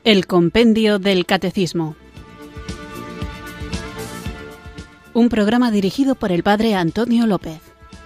El Compendio del Catecismo. Un programa dirigido por el Padre Antonio López.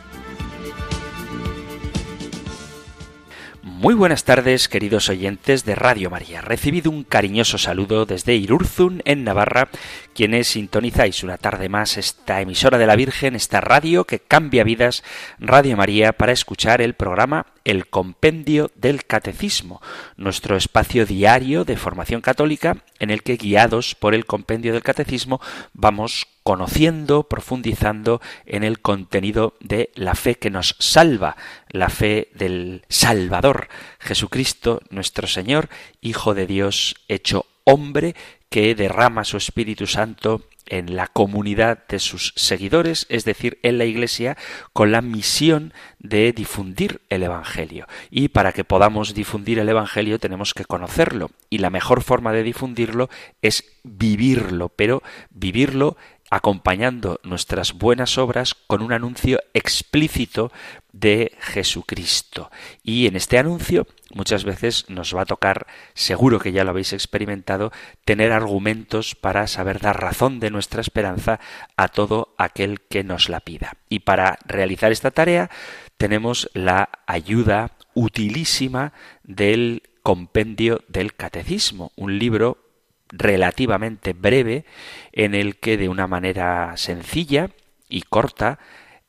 Muy buenas tardes, queridos oyentes de Radio María. Recibido un cariñoso saludo desde Irurzun, en Navarra, quienes sintonizáis una tarde más esta emisora de la Virgen, esta radio que cambia vidas, Radio María, para escuchar el programa El Compendio del Catecismo, nuestro espacio diario de formación católica en el que, guiados por el Compendio del Catecismo, vamos conociendo, profundizando en el contenido de la fe que nos salva, la fe del Salvador, Jesucristo, nuestro Señor, Hijo de Dios hecho hombre, que derrama su Espíritu Santo en la comunidad de sus seguidores, es decir, en la Iglesia, con la misión de difundir el Evangelio. Y para que podamos difundir el Evangelio tenemos que conocerlo, y la mejor forma de difundirlo es vivirlo, pero vivirlo acompañando nuestras buenas obras con un anuncio explícito de Jesucristo. Y en este anuncio muchas veces nos va a tocar, seguro que ya lo habéis experimentado, tener argumentos para saber dar razón de nuestra esperanza a todo aquel que nos la pida. Y para realizar esta tarea tenemos la ayuda utilísima del Compendio del Catecismo, un libro relativamente breve en el que de una manera sencilla y corta,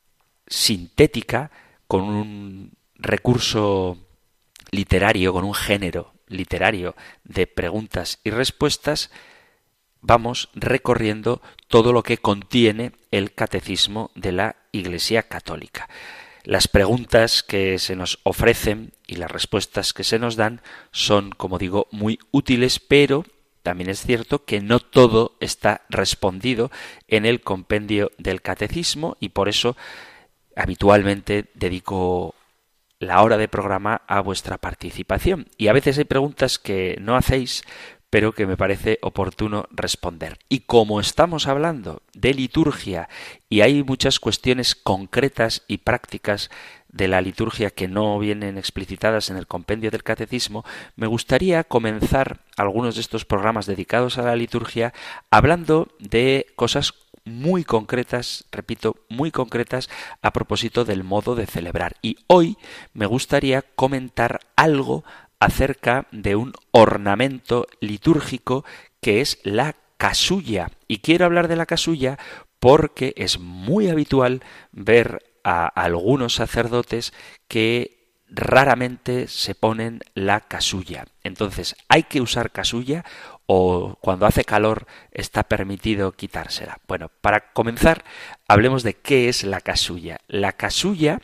sintética, con un recurso literario, con un género literario de preguntas y respuestas, vamos recorriendo todo lo que contiene el Catecismo de la Iglesia Católica. Las preguntas que se nos ofrecen y las respuestas que se nos dan son, como digo, muy útiles, pero también es cierto que no todo está respondido en el Compendio del Catecismo, y por eso habitualmente dedico la hora de programa a vuestra participación. Y a veces hay preguntas que no hacéis, pero que me parece oportuno responder. Y como estamos hablando de liturgia y hay muchas cuestiones concretas y prácticas de la liturgia que no vienen explicitadas en el Compendio del Catecismo, me gustaría comenzar algunos de estos programas dedicados a la liturgia hablando de cosas muy concretas, repito, muy concretas a propósito del modo de celebrar. Y hoy me gustaría comentar algo acerca de un ornamento litúrgico que es la casulla. Y quiero hablar de la casulla porque es muy habitual ver a algunos sacerdotes que raramente se ponen la casulla. Entonces, ¿hay que usar casulla o cuando hace calor está permitido quitársela? Bueno, para comenzar, hablemos de qué es la casulla. La casulla,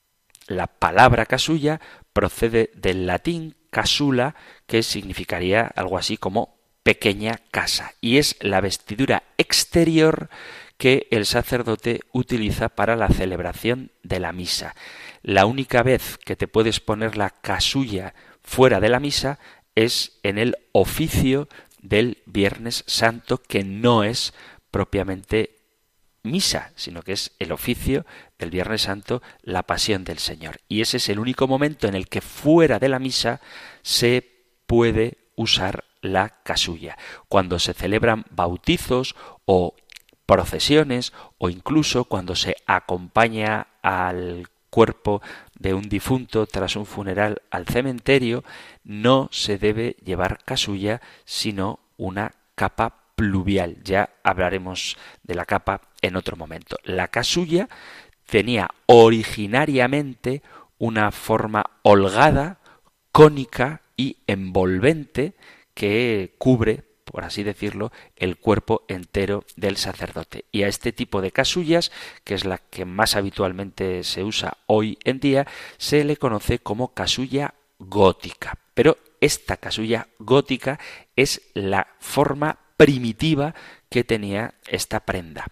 la palabra casulla, procede del latín casula, que significaría algo así como pequeña casa, y es la vestidura exterior que el sacerdote utiliza para la celebración de la misa. La única vez que te puedes poner la casulla fuera de la misa es en el oficio del Viernes Santo, que no es propiamente misa, sino que es el oficio del Viernes Santo, la Pasión del Señor. Y ese es el único momento en el que fuera de la misa se puede usar la casulla. Cuando se celebran bautizos o procesiones, o incluso cuando se acompaña al cuerpo de un difunto tras un funeral al cementerio, no se debe llevar casulla, sino una capa pluvial. Ya hablaremos de la capa en otro momento. La casulla tenía originariamente una forma holgada, cónica y envolvente que cubre, por así decirlo, el cuerpo entero del sacerdote. Y a este tipo de casullas, que es la que más habitualmente se usa hoy en día, se le conoce como casulla gótica. Pero esta casulla gótica es la forma primitiva que tenía esta prenda.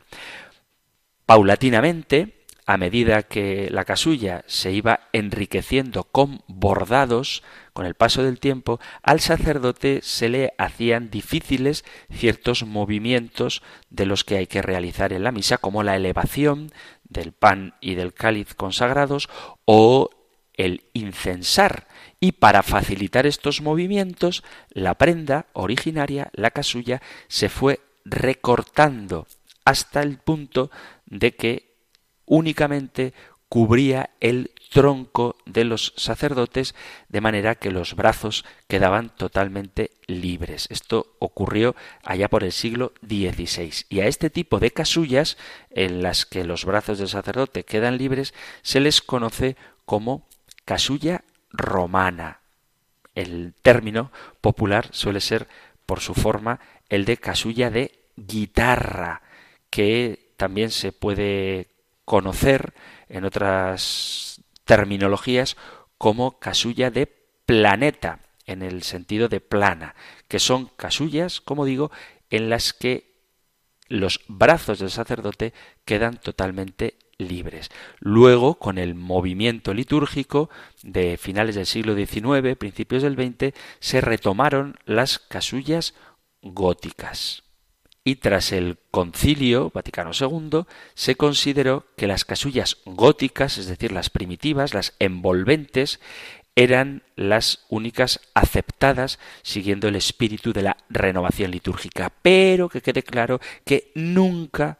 Paulatinamente, a medida que la casulla se iba enriqueciendo con bordados, con el paso del tiempo, al sacerdote se le hacían difíciles ciertos movimientos de los que hay que realizar en la misa, como la elevación del pan y del cáliz consagrados o el incensar, y para facilitar estos movimientos, la prenda originaria, la casulla, se fue recortando hasta el punto de que únicamente cubría el tronco de los sacerdotes, de manera que los brazos quedaban totalmente libres. Esto ocurrió allá por el siglo XVI. Y a este tipo de casullas, en las que los brazos del sacerdote quedan libres, se les conoce como casulla romana. El término popular suele ser, por su forma, el de casulla de guitarra, que también se puede conocer en otras terminologías como casulla de planeta, en el sentido de plana, que son casullas, como digo, en las que los brazos del sacerdote quedan totalmente libres. Luego, con el movimiento litúrgico de finales del siglo XIX, principios del XX, se retomaron las casullas góticas. Y tras el Concilio Vaticano II se consideró que las casullas góticas, es decir, las primitivas, las envolventes, eran las únicas aceptadas siguiendo el espíritu de la renovación litúrgica, pero que quede claro que nunca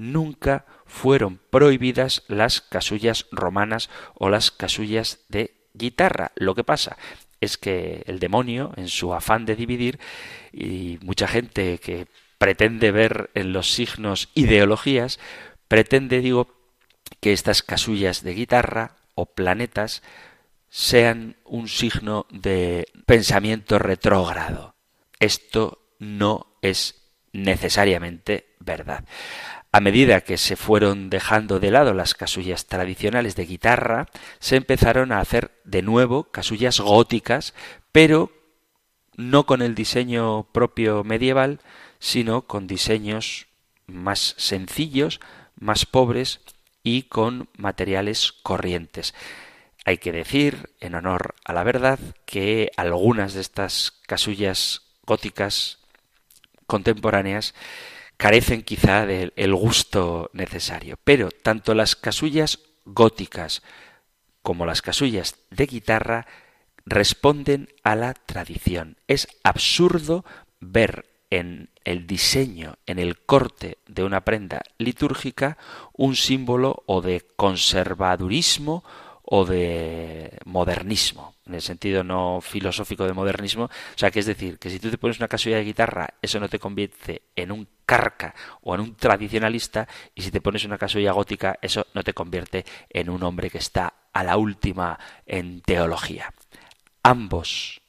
fueron prohibidas las casullas romanas o las casullas de guitarra. Lo que pasa es que el demonio, en su afán de dividir, y mucha gente que pretende ver en los signos ideologías, pretende, que estas casullas de guitarra o planetas sean un signo de pensamiento retrógrado. Esto no es necesariamente verdad. A medida que se fueron dejando de lado las casullas tradicionales de guitarra, se empezaron a hacer de nuevo casullas góticas, pero no con el diseño propio medieval, sino con diseños más sencillos, más pobres y con materiales corrientes. Hay que decir, en honor a la verdad, que algunas de estas casullas góticas contemporáneas carecen quizá del gusto necesario, pero tanto las casullas góticas como las casullas de guitarra responden a la tradición. Es absurdo ver en el diseño, en el corte de una prenda litúrgica, un símbolo o de conservadurismo o de modernismo, en el sentido no filosófico de modernismo. O sea, que es decir, que si tú te pones una casulla de guitarra, eso no te convierte en un carca o en un tradicionalista, y si te pones una casulla gótica, eso no te convierte en un hombre que está a la última en teología. Ambos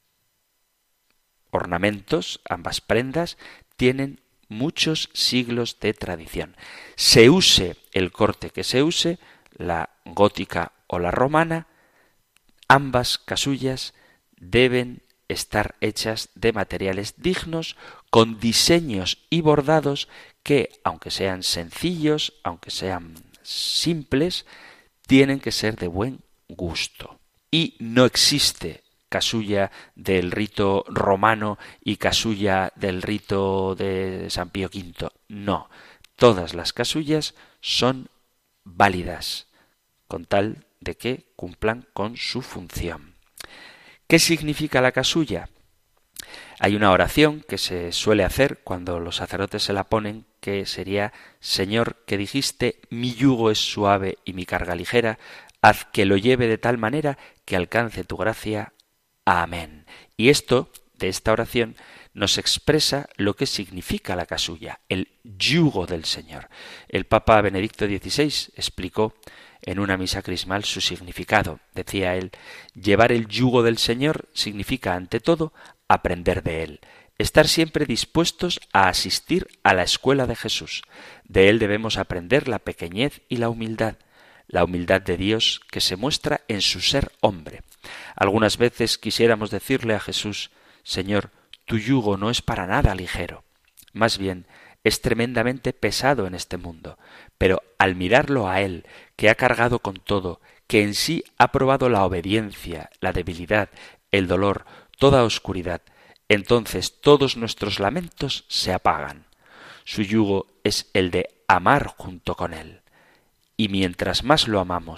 ornamentos, ambas prendas, tienen muchos siglos de tradición. Se use el corte que se use, la gótica o la romana, ambas casullas deben estar hechas de materiales dignos, con diseños y bordados que, aunque sean sencillos, aunque sean simples, tienen que ser de buen gusto. Y no existe casulla del rito romano y casulla del rito de San Pío V. No, todas las casullas son válidas, con tal de que cumplan con su función. ¿Qué significa la casulla? Hay una oración que se suele hacer cuando los sacerdotes se la ponen, que sería: Señor, que dijiste, mi yugo es suave y mi carga ligera, haz que lo lleve de tal manera que alcance tu gracia. Amén. Y de esta oración, nos expresa lo que significa la casulla, el yugo del Señor. El Papa Benedicto XVI explicó en una misa crismal su significado. Decía él: llevar el yugo del Señor significa, ante todo, aprender de Él, estar siempre dispuestos a asistir a la escuela de Jesús. De Él debemos aprender la pequeñez y la humildad de Dios que se muestra en su ser hombre. Algunas veces quisiéramos decirle a Jesús: Señor, tu yugo no es para nada ligero. Más bien, es tremendamente pesado en este mundo. Pero al mirarlo a Él, que ha cargado con todo, que en sí ha probado la obediencia, la debilidad, el dolor, toda oscuridad, entonces todos nuestros lamentos se apagan. Su yugo es el de amar junto con Él. Y mientras más lo amamos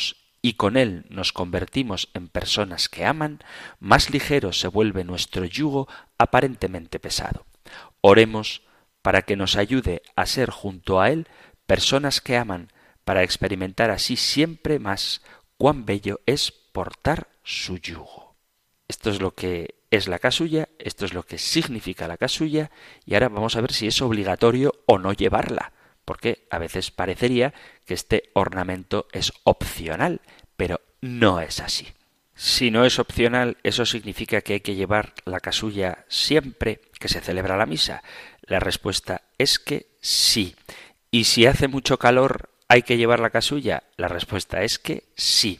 y con él nos convertimos en personas que aman, más ligero se vuelve nuestro yugo aparentemente pesado. Oremos para que nos ayude a ser junto a él personas que aman, para experimentar así siempre más cuán bello es portar su yugo. Esto es lo que es la casulla, esto es lo que significa la casulla, y ahora vamos a ver si es obligatorio o no llevarla, porque a veces parecería que este ornamento es opcional, pero no es así. Si no es opcional, eso significa que hay que llevar la casulla siempre que se celebra la misa. La respuesta es que sí. ¿Y si hace mucho calor, hay que llevar la casulla? La respuesta es que sí.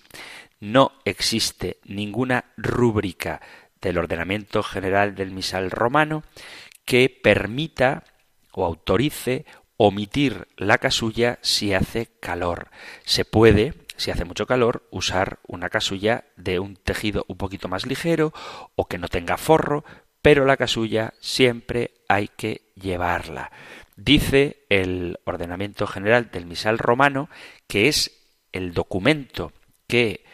No existe ninguna rúbrica del ordenamiento general del misal romano que permita o autorice omitir la casulla si hace calor. Se puede, si hace mucho calor, usar una casulla de un tejido un poquito más ligero o que no tenga forro, pero la casulla siempre hay que llevarla. Dice el ordenamiento general del misal romano que es el documento que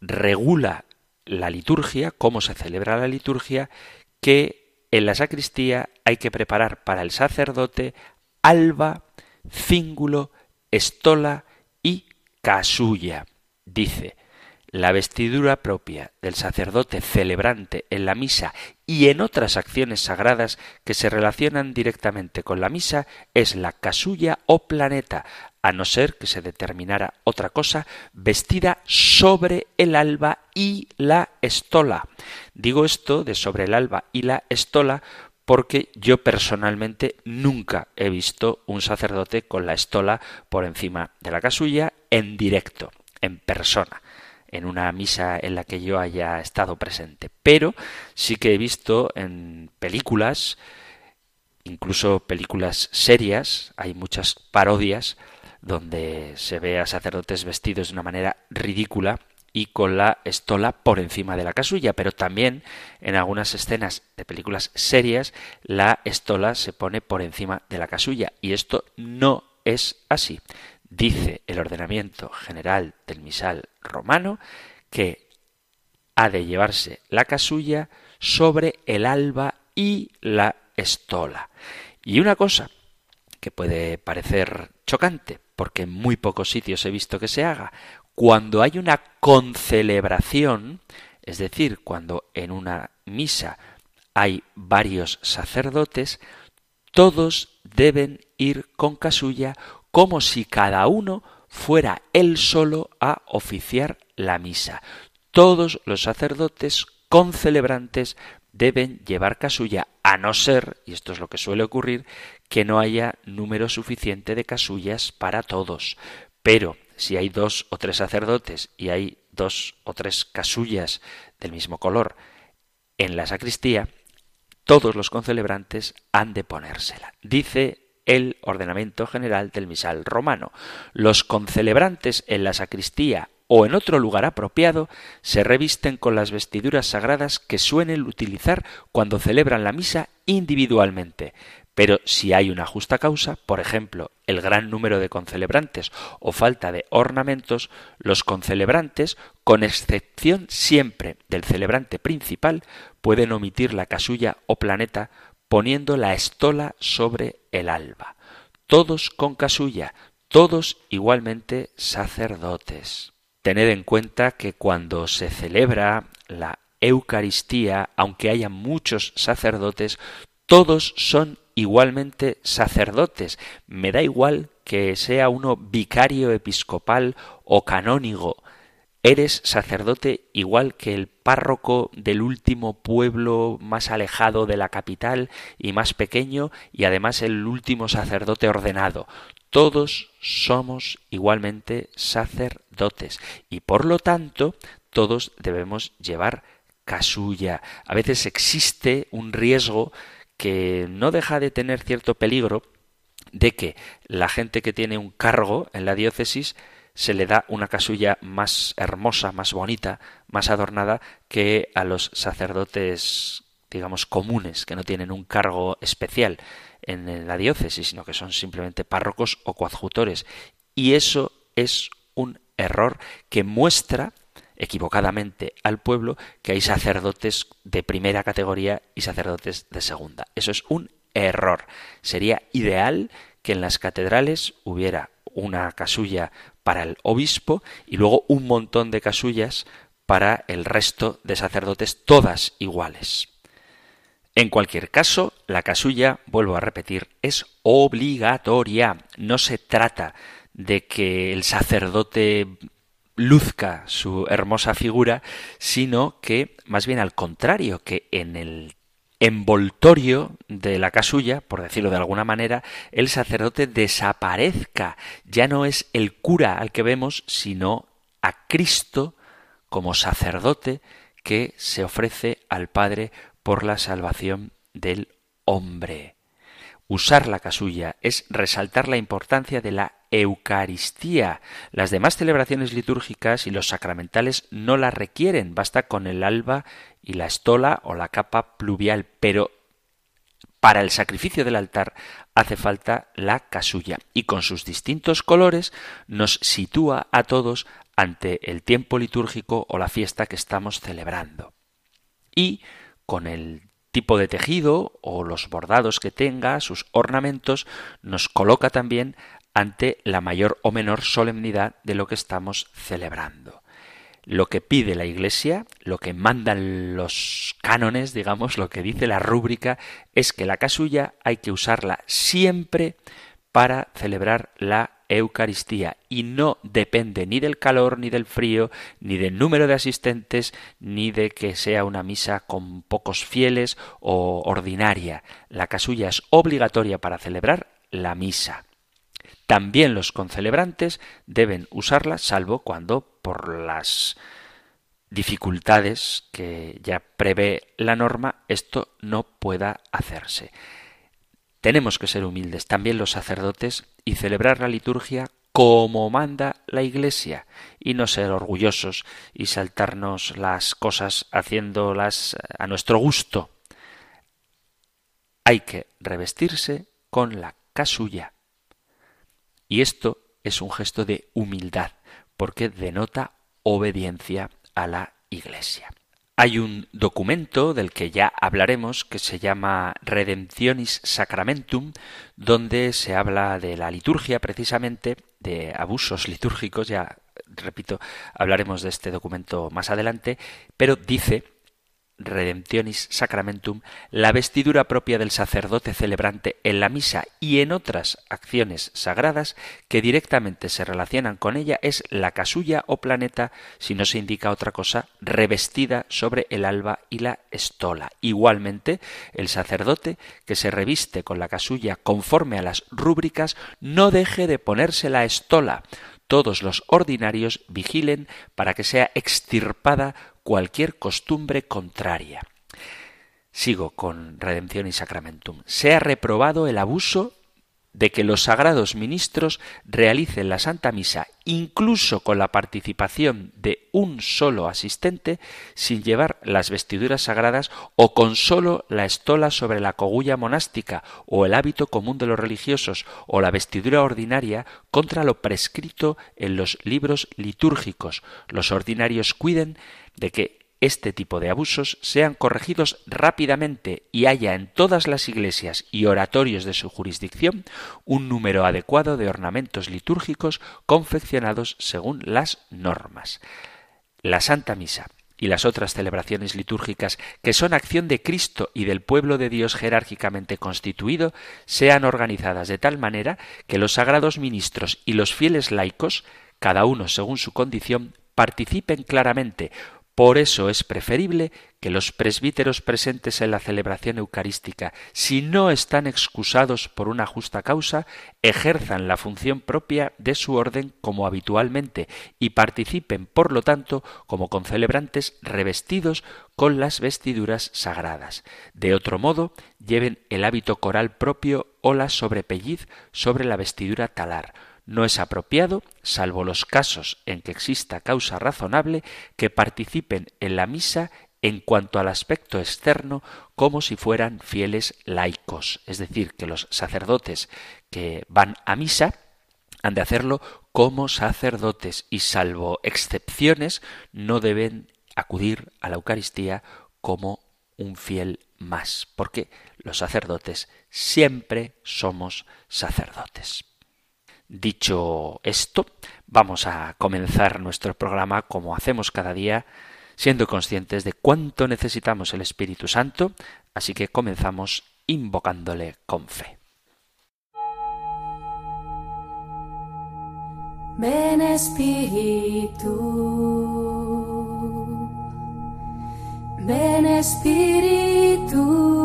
regula la liturgia, cómo se celebra la liturgia, que en la sacristía hay que preparar para el sacerdote alba, cíngulo, estola y casulla. Dice: la vestidura propia del sacerdote celebrante en la misa y en otras acciones sagradas que se relacionan directamente con la misa es la casulla o planeta, a no ser que se determinara otra cosa, vestida sobre el alba y la estola. Digo esto de sobre el alba y la estola porque yo personalmente nunca he visto un sacerdote con la estola por encima de la casulla en directo, en persona, en una misa en la que yo haya estado presente. Pero sí que he visto en películas, incluso películas serias, hay muchas parodias donde se ve a sacerdotes vestidos de una manera ridícula y con la estola por encima de la casulla, pero también en algunas escenas de películas serias la estola se pone por encima de la casulla, y esto no es así. Dice el ordenamiento general del misal romano que ha de llevarse la casulla sobre el alba y la estola. Y una cosa que puede parecer chocante, porque en muy pocos sitios he visto que se haga: cuando hay una concelebración, es decir, cuando en una misa hay varios sacerdotes, todos deben ir con casulla, como si cada uno fuera él solo a oficiar la misa. Todos los sacerdotes concelebrantes deben llevar casulla, a no ser, y esto es lo que suele ocurrir, que no haya número suficiente de casullas para todos. Pero si hay 2 o 3 sacerdotes y hay 2 o 3 casullas del mismo color en la sacristía, todos los concelebrantes han de ponérsela. Dice el ordenamiento general del misal romano: los concelebrantes en la sacristía o en otro lugar apropiado se revisten con las vestiduras sagradas que suelen utilizar cuando celebran la misa individualmente. Pero si hay una justa causa, por ejemplo, el gran número de concelebrantes o falta de ornamentos, los concelebrantes, con excepción siempre del celebrante principal, pueden omitir la casulla o planeta poniendo la estola sobre el alba. Todos con casulla, todos igualmente sacerdotes. Tened en cuenta que cuando se celebra la Eucaristía, aunque haya muchos sacerdotes, todos son igualmente sacerdotes. Me da igual que sea uno vicario episcopal o canónigo. Eres sacerdote igual que el párroco del último pueblo más alejado de la capital y más pequeño, y además el último sacerdote ordenado. Todos somos igualmente sacerdotes y por lo tanto todos debemos llevar casulla. A veces existe un riesgo que no deja de tener cierto peligro de que la gente que tiene un cargo en la diócesis se le da una casulla más hermosa, más bonita, más adornada que a los sacerdotes, digamos, comunes, que no tienen un cargo especial en la diócesis, sino que son simplemente párrocos o coadjutores. Y eso es un error que muestra equivocadamente al pueblo que hay sacerdotes de primera categoría y sacerdotes de segunda. Eso es un error. Sería ideal que en las catedrales hubiera una casulla para el obispo y luego un montón de casullas para el resto de sacerdotes, todas iguales. En cualquier caso, la casulla, vuelvo a repetir, es obligatoria. No se trata de que el sacerdote luzca su hermosa figura, sino que, más bien al contrario, que en el envoltorio de la casulla, por decirlo de alguna manera, el sacerdote desaparezca. Ya no es el cura al que vemos, sino a Cristo como sacerdote que se ofrece al Padre por la salvación del hombre. Usar la casulla es resaltar la importancia de la Eucaristía. Las demás celebraciones litúrgicas y los sacramentales no la requieren, basta con el alba y la estola o la capa pluvial, pero para el sacrificio del altar hace falta la casulla y con sus distintos colores nos sitúa a todos ante el tiempo litúrgico o la fiesta que estamos celebrando. Y con el tipo de tejido o los bordados que tenga, sus ornamentos, nos coloca también ante la mayor o menor solemnidad de lo que estamos celebrando. Lo que pide la Iglesia, lo que mandan los cánones, digamos, lo que dice la rúbrica, es que la casulla hay que usarla siempre para celebrar la Eucaristía y no depende ni del calor, ni del frío, ni del número de asistentes, ni de que sea una misa con pocos fieles o ordinaria. La casulla es obligatoria para celebrar la misa. También los concelebrantes deben usarla, salvo cuando, por las dificultades que ya prevé la norma, esto no pueda hacerse. Tenemos que ser humildes, también los sacerdotes, y celebrar la liturgia como manda la Iglesia, y no ser orgullosos y saltarnos las cosas haciéndolas a nuestro gusto. Hay que revestirse con la casulla. Y esto es un gesto de humildad, porque denota obediencia a la Iglesia. Hay un documento del que ya hablaremos que se llama Redemptionis Sacramentum, donde se habla de la liturgia precisamente, de abusos litúrgicos, ya repito, hablaremos de este documento más adelante, pero dice Redemptionis Sacramentum, la vestidura propia del sacerdote celebrante en la misa y en otras acciones sagradas que directamente se relacionan con ella es la casulla o planeta, si no se indica otra cosa, revestida sobre el alba y la estola. Igualmente, el sacerdote que se reviste con la casulla conforme a las rúbricas no deje de ponerse la estola. Todos los ordinarios vigilen para que sea extirpada cualquier costumbre contraria. Sigo con Redemptionis Sacramentum. Se ha reprobado el abuso de que los sagrados ministros realicen la Santa Misa incluso con la participación de un solo asistente sin llevar las vestiduras sagradas o con solo la estola sobre la cogulla monástica o el hábito común de los religiosos o la vestidura ordinaria contra lo prescrito en los libros litúrgicos. Los ordinarios cuiden de que este tipo de abusos sean corregidos rápidamente y haya en todas las iglesias y oratorios de su jurisdicción un número adecuado de ornamentos litúrgicos confeccionados según las normas. La Santa Misa y las otras celebraciones litúrgicas que son acción de Cristo y del pueblo de Dios jerárquicamente constituido sean organizadas de tal manera que los sagrados ministros y los fieles laicos, cada uno según su condición, participen claramente. Por eso es preferible que los presbíteros presentes en la celebración eucarística, si no están excusados por una justa causa, ejerzan la función propia de su orden como habitualmente y participen, por lo tanto, como concelebrantes revestidos con las vestiduras sagradas. De otro modo, lleven el hábito coral propio o la sobrepelliz sobre la vestidura talar. No es apropiado, salvo los casos en que exista causa razonable, que participen en la misa en cuanto al aspecto externo como si fueran fieles laicos. Es decir, que los sacerdotes que van a misa han de hacerlo como sacerdotes y, salvo excepciones, no deben acudir a la Eucaristía como un fiel más, porque los sacerdotes siempre somos sacerdotes. Dicho esto, vamos a comenzar nuestro programa como hacemos cada día, siendo conscientes de cuánto necesitamos el Espíritu Santo, así que comenzamos invocándole con fe. Ven Espíritu, ven Espíritu,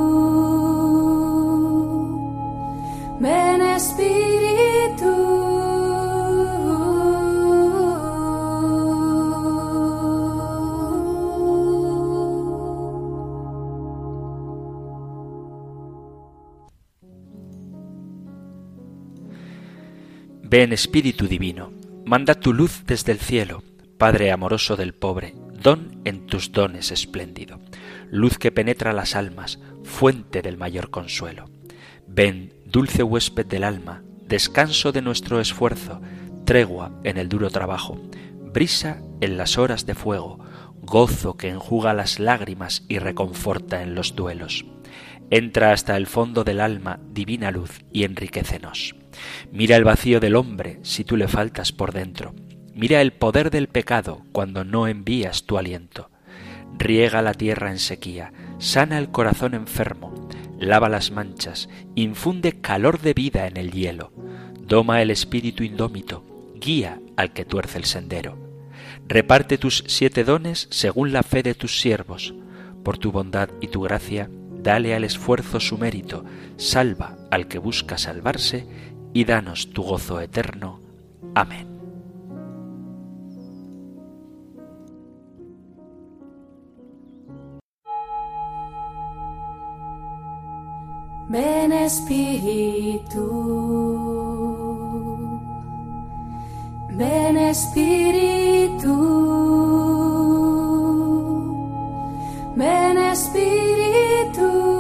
ven Espíritu. Ven Espíritu Divino, manda tu luz desde el cielo, Padre amoroso del pobre, don en tus dones espléndido, luz que penetra las almas, fuente del mayor consuelo. Ven, dulce huésped del alma, descanso de nuestro esfuerzo, tregua en el duro trabajo, brisa en las horas de fuego, gozo que enjuga las lágrimas y reconforta en los duelos. Entra hasta el fondo del alma, divina luz, y enriquécenos. Mira el vacío del hombre si tú le faltas por dentro. Mira el poder del pecado cuando no envías tu aliento. Riega la tierra en sequía, sana el corazón enfermo, lava las manchas, infunde calor de vida en el hielo. Doma el espíritu indómito, guía al que tuerce el sendero. Reparte tus 7 dones según la fe de tus siervos. Por tu bondad y tu gracia, dale al esfuerzo su mérito, salva al que busca salvarse, y danos tu gozo eterno. Amén. Ven Espíritu, ven Espíritu, ven Espíritu.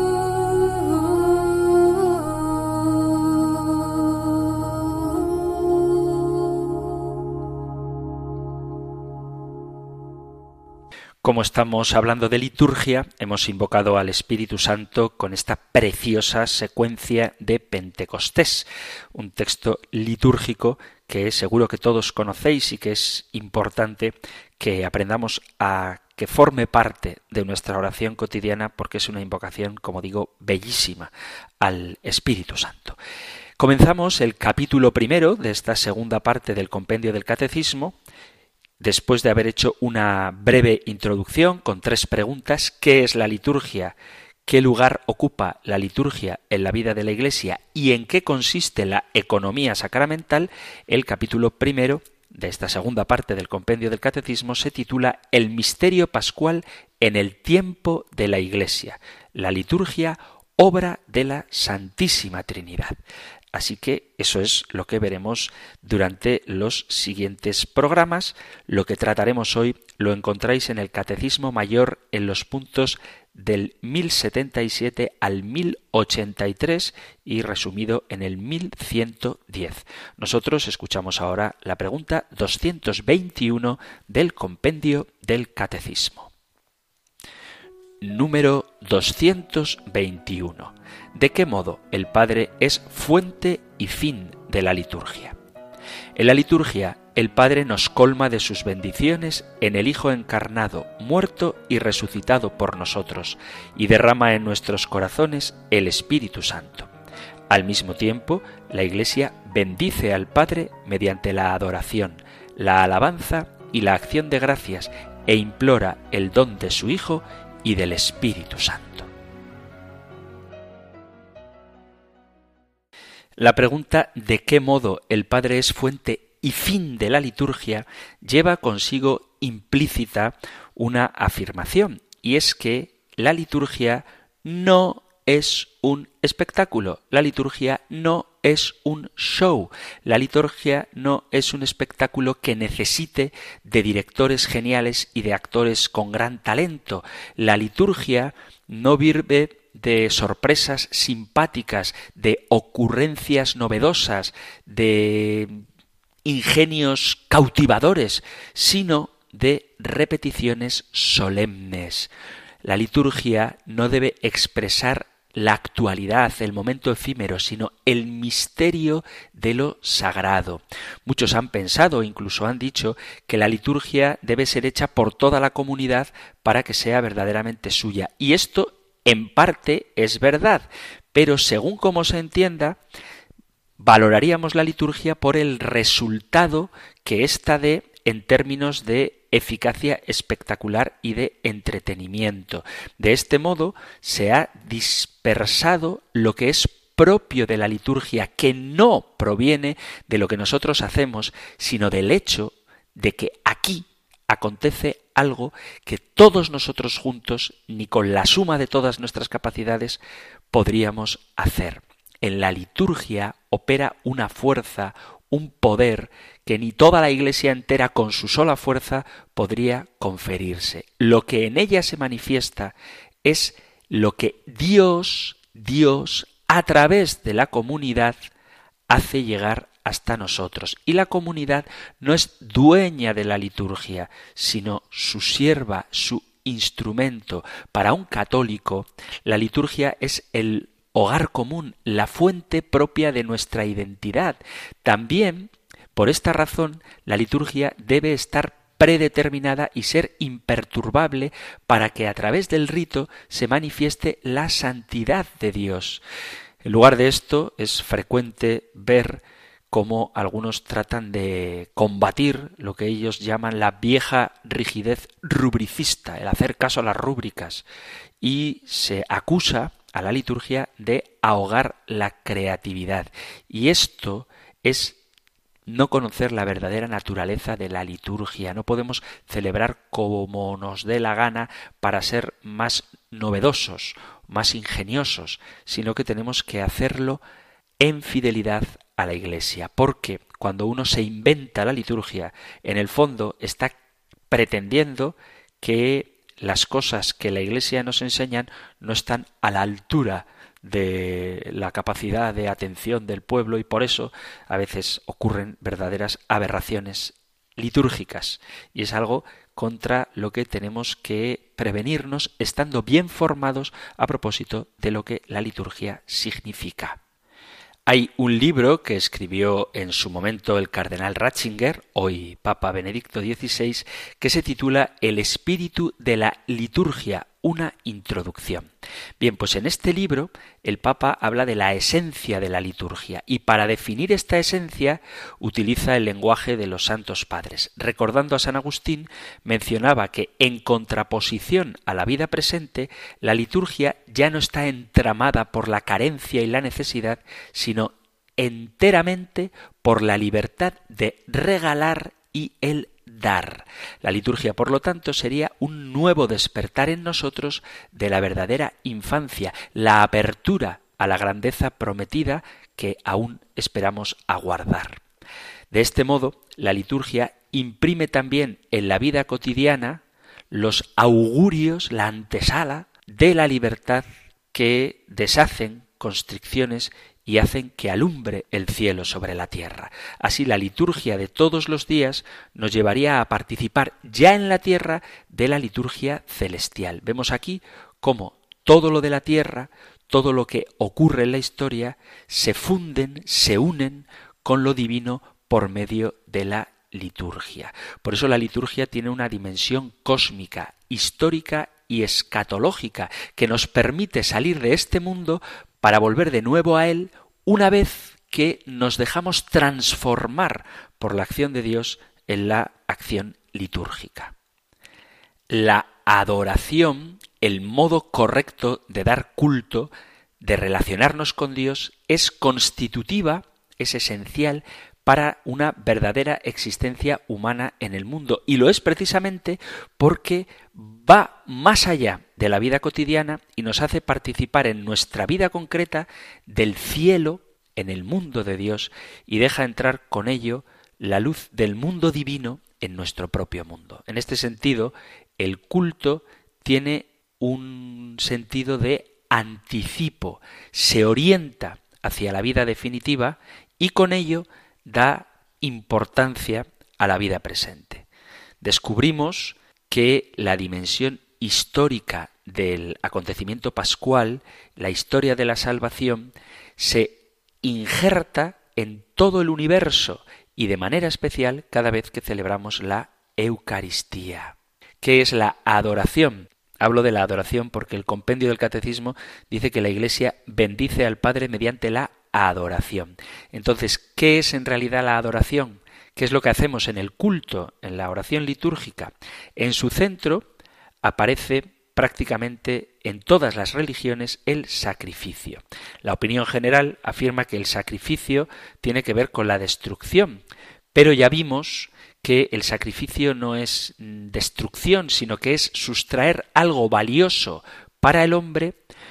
Como estamos hablando de liturgia, hemos invocado al Espíritu Santo con esta preciosa secuencia de Pentecostés, un texto litúrgico que seguro que todos conocéis y que es importante que aprendamos a que forme parte de nuestra oración cotidiana porque es una invocación, como digo, bellísima al Espíritu Santo. Comenzamos el capítulo 1 de esta segunda parte del compendio del Catecismo. Después de haber hecho una breve introducción con 3 preguntas: ¿qué es la liturgia? ¿Qué lugar ocupa la liturgia en la vida de la Iglesia? ¿Y en qué consiste la economía sacramental? El capítulo 1 de esta segunda parte del compendio del Catecismo se titula El misterio pascual en el tiempo de la Iglesia. La liturgia, obra de la Santísima Trinidad. Así que eso es lo que veremos durante los siguientes programas. Lo que trataremos hoy lo encontráis en el Catecismo Mayor en los puntos del 1077 al 1083 y resumido en el 1110. Nosotros escuchamos ahora la pregunta 221 del compendio del Catecismo. Número 221. ¿De qué modo el Padre es fuente y fin de la liturgia? En la liturgia, el Padre nos colma de sus bendiciones en el Hijo encarnado, muerto y resucitado por nosotros, y derrama en nuestros corazones el Espíritu Santo. Al mismo tiempo, la Iglesia bendice al Padre mediante la adoración, la alabanza y la acción de gracias, e implora el don de su Hijo y del Espíritu Santo. La pregunta ¿de qué modo el Padre es fuente y fin de la liturgia? Lleva consigo implícita una afirmación, y es que la liturgia no es un espectáculo, la liturgia no es un show, la liturgia no es un espectáculo que necesite de directores geniales y de actores con gran talento. La liturgia no vive de sorpresas simpáticas, de ocurrencias novedosas, de ingenios cautivadores, sino de repeticiones solemnes. La liturgia no debe expresar la actualidad, el momento efímero, sino el misterio de lo sagrado. Muchos han pensado, incluso han dicho, que la liturgia debe ser hecha por toda la comunidad para que sea verdaderamente suya. Y esto, en parte, es verdad, pero según cómo se entienda, valoraríamos la liturgia por el resultado que ésta dé en términos de eficacia espectacular y de entretenimiento. De este modo se ha dispersado lo que es propio de la liturgia, que no proviene de lo que nosotros hacemos, sino del hecho de que aquí acontece algo que todos nosotros juntos, ni con la suma de todas nuestras capacidades, podríamos hacer. En la liturgia opera una fuerza, un poder que ni toda la Iglesia entera con su sola fuerza podría conferirse. Lo que en ella se manifiesta es lo que Dios, a través de la comunidad, hace llegar hasta nosotros. Y la comunidad no es dueña de la liturgia, sino su sierva, su instrumento. Para un católico, la liturgia es el hogar común, la fuente propia de nuestra identidad. También, por esta razón, la liturgia debe estar predeterminada y ser imperturbable para que a través del rito se manifieste la santidad de Dios. En lugar de esto, es frecuente ver cómo algunos tratan de combatir lo que ellos llaman la vieja rigidez rubricista, el hacer caso a las rúbricas, y se acusa a la liturgia de ahogar la creatividad. Y esto es no conocer la verdadera naturaleza de la liturgia. No podemos celebrar como nos dé la gana para ser más novedosos, más ingeniosos, sino que tenemos que hacerlo en fidelidad a la Iglesia. Porque cuando uno se inventa la liturgia, en el fondo está pretendiendo que las cosas que la Iglesia nos enseñan no están a la altura de la capacidad de atención del pueblo, y por eso a veces ocurren verdaderas aberraciones litúrgicas, y es algo contra lo que tenemos que prevenirnos estando bien formados a propósito de lo que la liturgia significa. Hay un libro que escribió en su momento el cardenal Ratzinger, hoy Papa Benedicto XVI, que se titula El espíritu de la liturgia, una introducción. Bien, pues en este libro el Papa habla de la esencia de la liturgia y para definir esta esencia utiliza el lenguaje de los santos padres. Recordando a San Agustín, mencionaba que en contraposición a la vida presente, la liturgia ya no está entramada por la carencia y la necesidad, sino enteramente por la libertad de regalar y el dar. La liturgia, por lo tanto, sería un nuevo despertar en nosotros de la verdadera infancia, la apertura a la grandeza prometida que aún esperamos aguardar. De este modo, la liturgia imprime también en la vida cotidiana los augurios, la antesala de la libertad que deshacen constricciones y hacen que alumbre el cielo sobre la tierra. Así la liturgia de todos los días nos llevaría a participar ya en la tierra de la liturgia celestial. Vemos aquí cómo todo lo de la tierra, todo lo que ocurre en la historia, se funden, se unen con lo divino por medio de la liturgia. Por eso la liturgia tiene una dimensión cósmica, histórica y escatológica que nos permite salir de este mundo para volver de nuevo a él una vez que nos dejamos transformar por la acción de Dios en la acción litúrgica. La adoración, el modo correcto de dar culto, de relacionarnos con Dios, es constitutiva, es esencial para una verdadera existencia humana en el mundo. Y lo es precisamente porque va más allá de la vida cotidiana y nos hace participar en nuestra vida concreta del cielo, en el mundo de Dios, y deja entrar con ello la luz del mundo divino en nuestro propio mundo. En este sentido, el culto tiene un sentido de anticipo, se orienta hacia la vida definitiva y con ello da importancia a la vida presente. Descubrimos que la dimensión histórica del acontecimiento pascual, la historia de la salvación, se injerta en todo el universo y de manera especial cada vez que celebramos la Eucaristía. ¿Qué es la adoración? Hablo de la adoración porque el compendio del Catecismo dice que la Iglesia bendice al Padre mediante la adoración. Entonces, ¿qué es en realidad la adoración? ¿Qué es lo que hacemos en el culto, en la oración litúrgica? En su centro aparece prácticamente en todas las religiones el sacrificio. La opinión general afirma que el sacrificio tiene que ver con la destrucción, pero ya vimos que el sacrificio no es destrucción, sino que es sustraer algo valioso para el hombre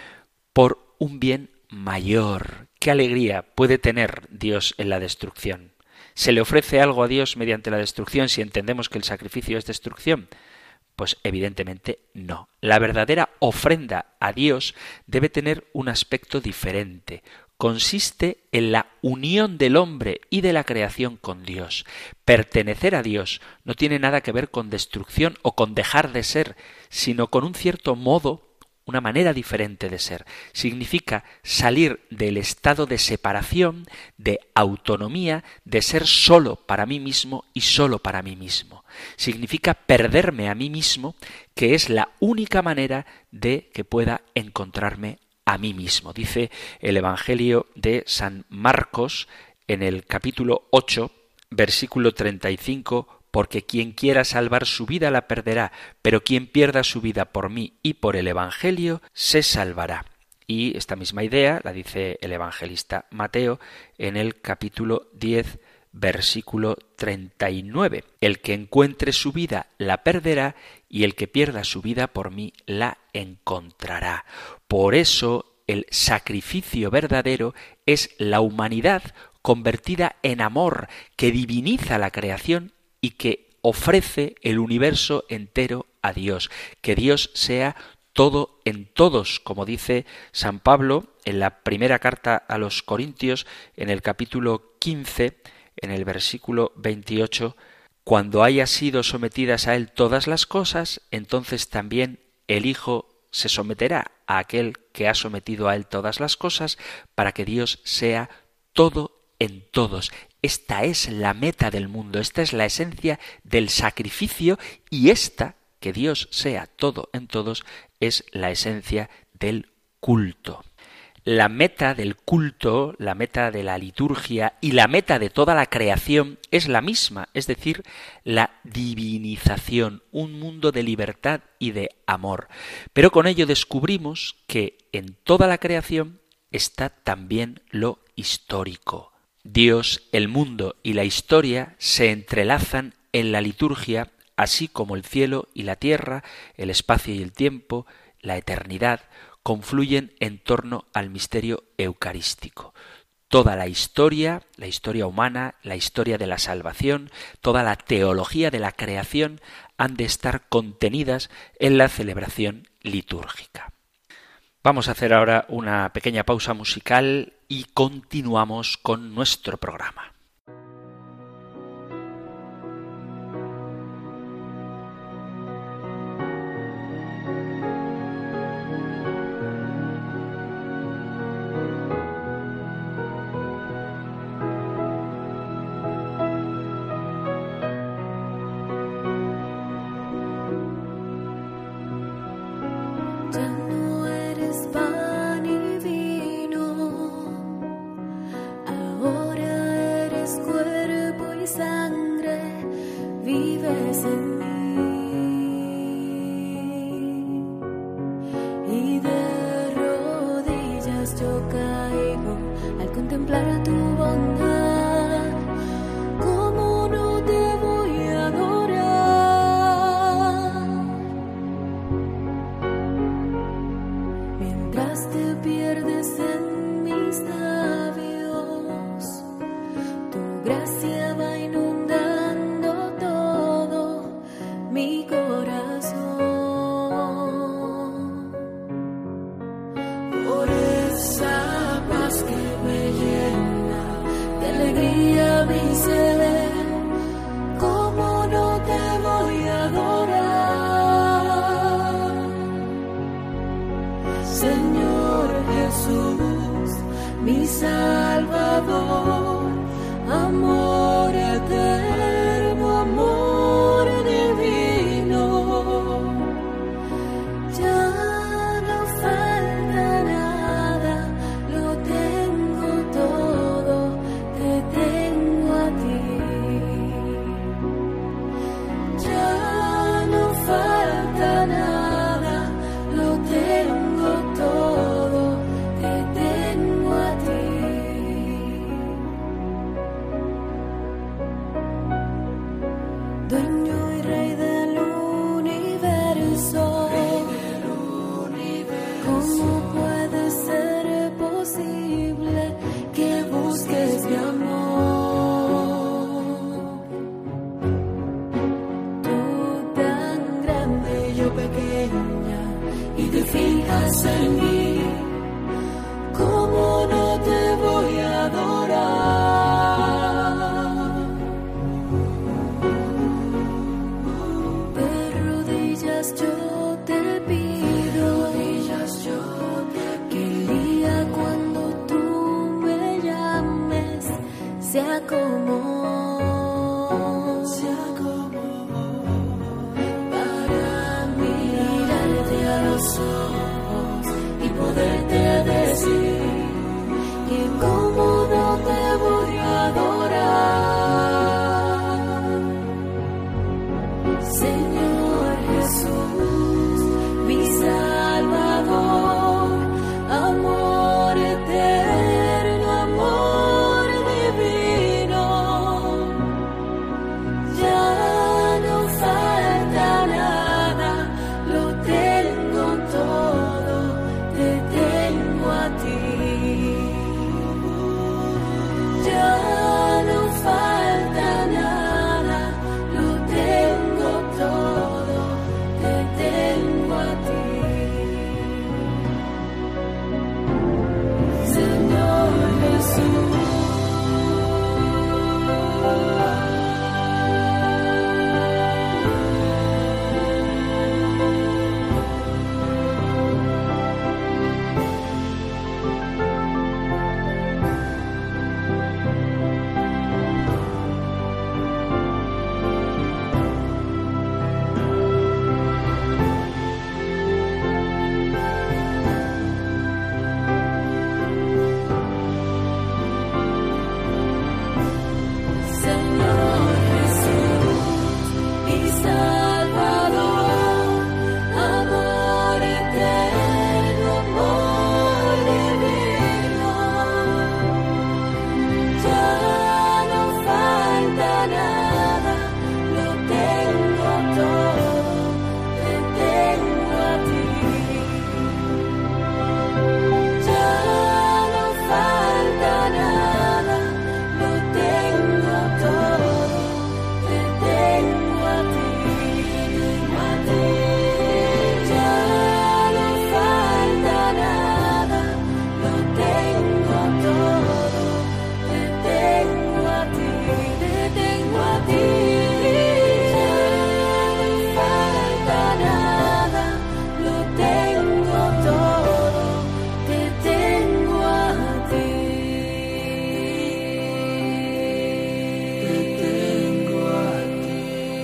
por un bien mayor. ¿Qué alegría puede tener Dios en la destrucción? ¿Se le ofrece algo a Dios mediante la destrucción si entendemos que el sacrificio es destrucción? Pues evidentemente no. La verdadera ofrenda a Dios debe tener un aspecto diferente. Consiste en la unión del hombre y de la creación con Dios. Pertenecer a Dios no tiene nada que ver con destrucción o con dejar de ser, sino con un cierto modo, una manera diferente de ser. Significa salir del estado de separación, de autonomía, de ser solo para mí mismo y solo para mí mismo. Significa perderme a mí mismo, que es la única manera de que pueda encontrarme a mí mismo. Dice el Evangelio de San Marcos en el capítulo 8, versículo 35, porque quien quiera salvar su vida la perderá, pero quien pierda su vida por mí y por el Evangelio se salvará. Y esta misma idea la dice el evangelista Mateo en el capítulo 10, versículo 39. El que encuentre su vida la perderá y el que pierda su vida por mí la encontrará. Por eso el sacrificio verdadero es la humanidad convertida en amor que diviniza la creación y que ofrece el universo entero a Dios. Que Dios sea todo en todos, como dice San Pablo en la primera carta a los Corintios, en el capítulo 15, en el versículo 28, cuando haya sido sometidas a él todas las cosas, entonces también el Hijo se someterá a aquel que ha sometido a él todas las cosas, para que Dios sea todo en todos. Esta es la meta del mundo, esta es la esencia del sacrificio y esta, que Dios sea todo en todos, es la esencia del culto. La meta del culto, la meta de la liturgia y la meta de toda la creación es la misma, es decir, la divinización, un mundo de libertad y de amor. Pero con ello descubrimos que en toda la creación está también lo histórico. Dios, el mundo y la historia se entrelazan en la liturgia, así como el cielo y la tierra, el espacio y el tiempo, la eternidad, confluyen en torno al misterio eucarístico. Toda la historia humana, la historia de la salvación, toda la teología de la creación han de estar contenidas en la celebración litúrgica. Vamos a hacer ahora una pequeña pausa musical y continuamos con nuestro programa. Mi ser Señor Jesús, mi Salvador, amor eterno, amor divino. Ya no falta nada, lo tengo todo, te tengo a ti. Ya no falta nada, lo tengo todo, te tengo a ti. Dueño y rey del universo, ¿cómo puede ser posible que busques mi amor? Tú tan grande, yo pequeña, y te fijas en mí. ¿Cómo no te voy a adorar? De rodillas yo te pido, que el día cuando tú me llames sea como para mirarte a los ojos y poderte decir que como no te voy a adorar. Señor Jesús, mi Salvador, amor eterno, amor divino. Ya no falta nada, lo tengo todo, te tengo a ti. Ya no falta nada, lo tengo todo, te tengo a ti. Señor Jesús. Señor Jesús, mi Salvador, amor eterno, amor divino. Ya no falta nada, lo tengo todo, te tengo a ti. Ya no falta nada, lo tengo todo, te tengo a ti, a ti. Ya no falta nada, lo tengo todo, te tengo a ti, te tengo a ti. Ya no falta nada, lo tengo todo, te tengo a ti. Te tengo a ti.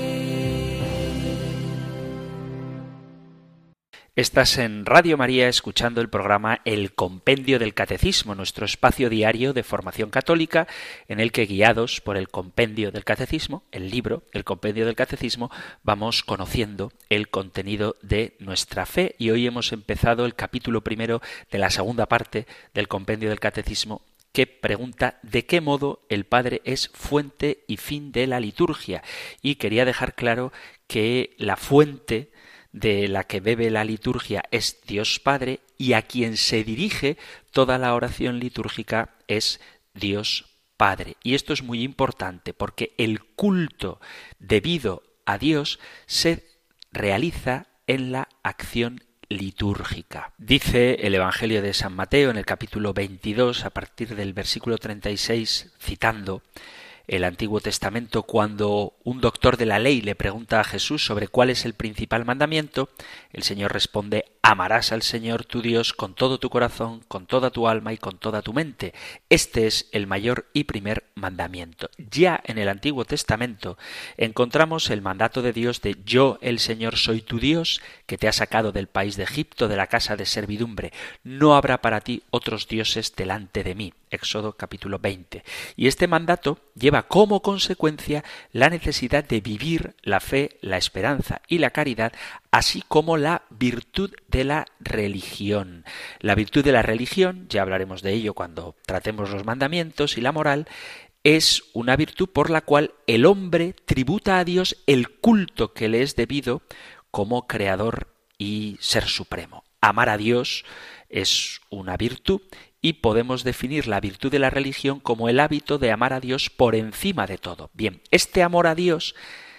Estás en Radio María escuchando el programa El Compendio del Catecismo, nuestro espacio diario de formación católica en el que, guiados por el Compendio del Catecismo, el libro, el Compendio del Catecismo, vamos conociendo el contenido de nuestra fe. Y hoy hemos empezado el capítulo primero de la segunda parte del Compendio del Catecismo, que pregunta de qué modo el Padre es fuente y fin de la liturgia. Y quería dejar claro que la fuente de la que bebe la liturgia es Dios Padre, y a quien se dirige toda la oración litúrgica es Dios Padre. Y esto es muy importante porque el culto debido a Dios se realiza en la acción litúrgica. Dice el Evangelio de San Mateo en el capítulo 22, a partir del versículo 36, citando: el Antiguo Testamento, cuando un doctor de la ley le pregunta a Jesús sobre cuál es el principal mandamiento, el Señor responde: amarás al Señor tu Dios con todo tu corazón, con toda tu alma y con toda tu mente. Este es el mayor y primer mandamiento. Ya en el Antiguo Testamento encontramos el mandato de Dios de: yo, el Señor, soy tu Dios, que te ha sacado del país de Egipto, de la casa de servidumbre. No habrá para ti otros dioses delante de mí. Éxodo capítulo 20. Y este mandato lleva como consecuencia la necesidad de vivir la fe, la esperanza y la caridad, así como la virtud de la religión. La virtud de la religión, ya hablaremos de ello cuando tratemos los mandamientos y la moral, es una virtud por la cual el hombre tributa a Dios el culto que le es debido como creador y ser supremo. Amar a Dios es una virtud y podemos definir la virtud de la religión como el hábito de amar a Dios por encima de todo. Bien, este amor a Dios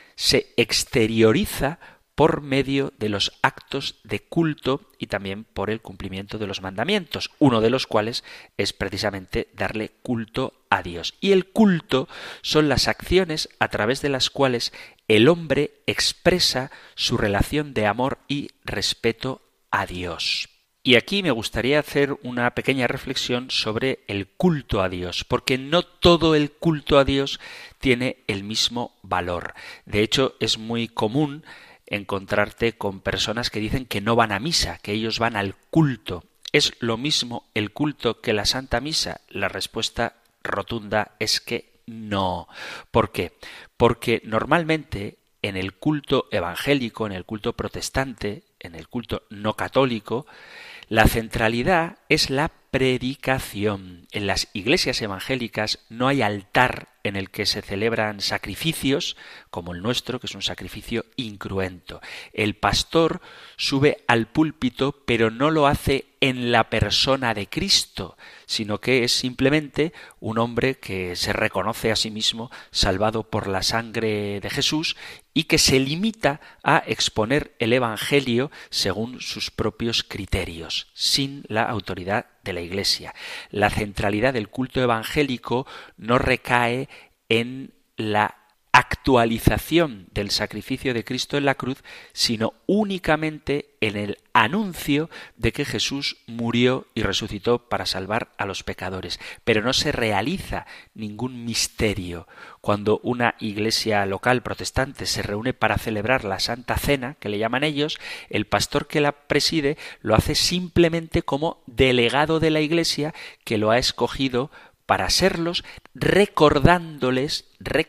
se exterioriza por medio de los actos de culto y también por el cumplimiento de los mandamientos, uno de los cuales es precisamente darle culto a Dios. Y el culto son las acciones a través de las cuales el hombre expresa su relación de amor y respeto a Dios. Y aquí me gustaría hacer una pequeña reflexión sobre el culto a Dios, porque no todo el culto a Dios tiene el mismo valor. De hecho, es muy común encontrarte con personas que dicen que no van a misa, que ellos van al culto. ¿Es lo mismo el culto que la Santa Misa? La respuesta rotunda es que no. ¿Por qué? Porque normalmente en el culto evangélico, en el culto protestante, en el culto no católico, la centralidad es la predicación. En las iglesias evangélicas no hay altar en el que se celebran sacrificios, como el nuestro, que es un sacrificio incruento. El pastor sube al púlpito, pero no lo hace en la persona de Cristo, sino que es simplemente un hombre que se reconoce a sí mismo salvado por la sangre de Jesús y que se limita a exponer el Evangelio según sus propios criterios, sin la autoridad de la Iglesia. La centralidad del culto evangélico no recae en la actualización del sacrificio de Cristo en la cruz, sino únicamente en el anuncio de que Jesús murió y resucitó para salvar a los pecadores. Pero no se realiza ningún misterio. Cuando una iglesia local protestante se reúne para celebrar la Santa Cena, que le llaman ellos, el pastor que la preside lo hace simplemente como delegado de la iglesia que lo ha escogido para serlos, recordándoles,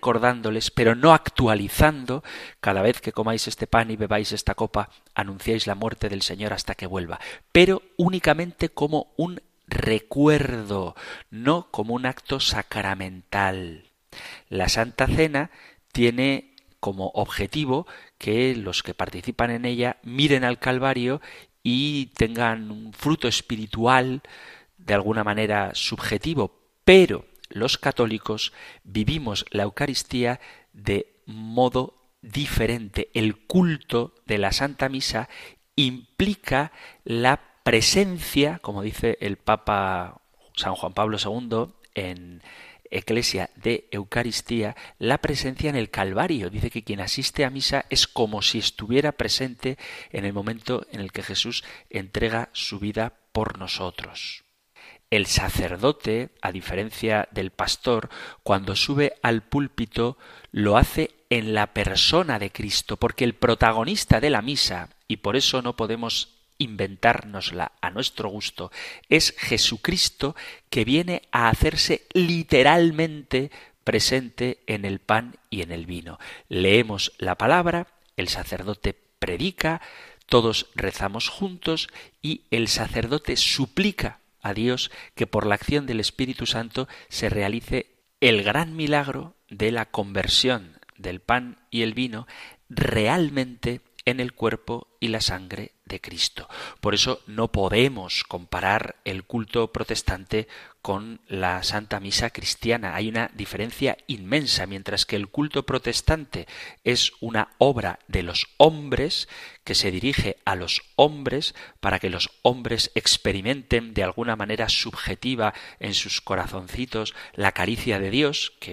pero no actualizando: cada vez que comáis este pan y bebáis esta copa, anunciáis la muerte del Señor hasta que vuelva, pero únicamente como un recuerdo, no como un acto sacramental. La Santa Cena tiene como objetivo que los que participan en ella miren al Calvario y tengan un fruto espiritual de alguna manera subjetivo. Pero los católicos vivimos la Eucaristía de modo diferente. El culto de la Santa Misa implica la presencia, como dice el Papa San Juan Pablo II en Eclesia de Eucaristía, la presencia en el Calvario. Dice que quien asiste a misa es como si estuviera presente en el momento en el que Jesús entrega su vida por nosotros. El sacerdote, a diferencia del pastor, cuando sube al púlpito lo hace en la persona de Cristo, porque el protagonista de la misa, y por eso no podemos inventárnosla a nuestro gusto, es Jesucristo, que viene a hacerse literalmente presente en el pan y en el vino. Leemos la palabra, el sacerdote predica, todos rezamos juntos y el sacerdote suplica a Dios que por la acción del Espíritu Santo se realice el gran milagro de la conversión del pan y el vino realmente en el cuerpo y la sangre de Cristo. Por eso no podemos comparar el culto protestante con la Santa Misa cristiana. Hay una diferencia inmensa. Mientras que el culto protestante es una obra de los hombres que se dirige a los hombres para que los hombres experimenten de alguna manera subjetiva en sus corazoncitos la caricia de Dios, que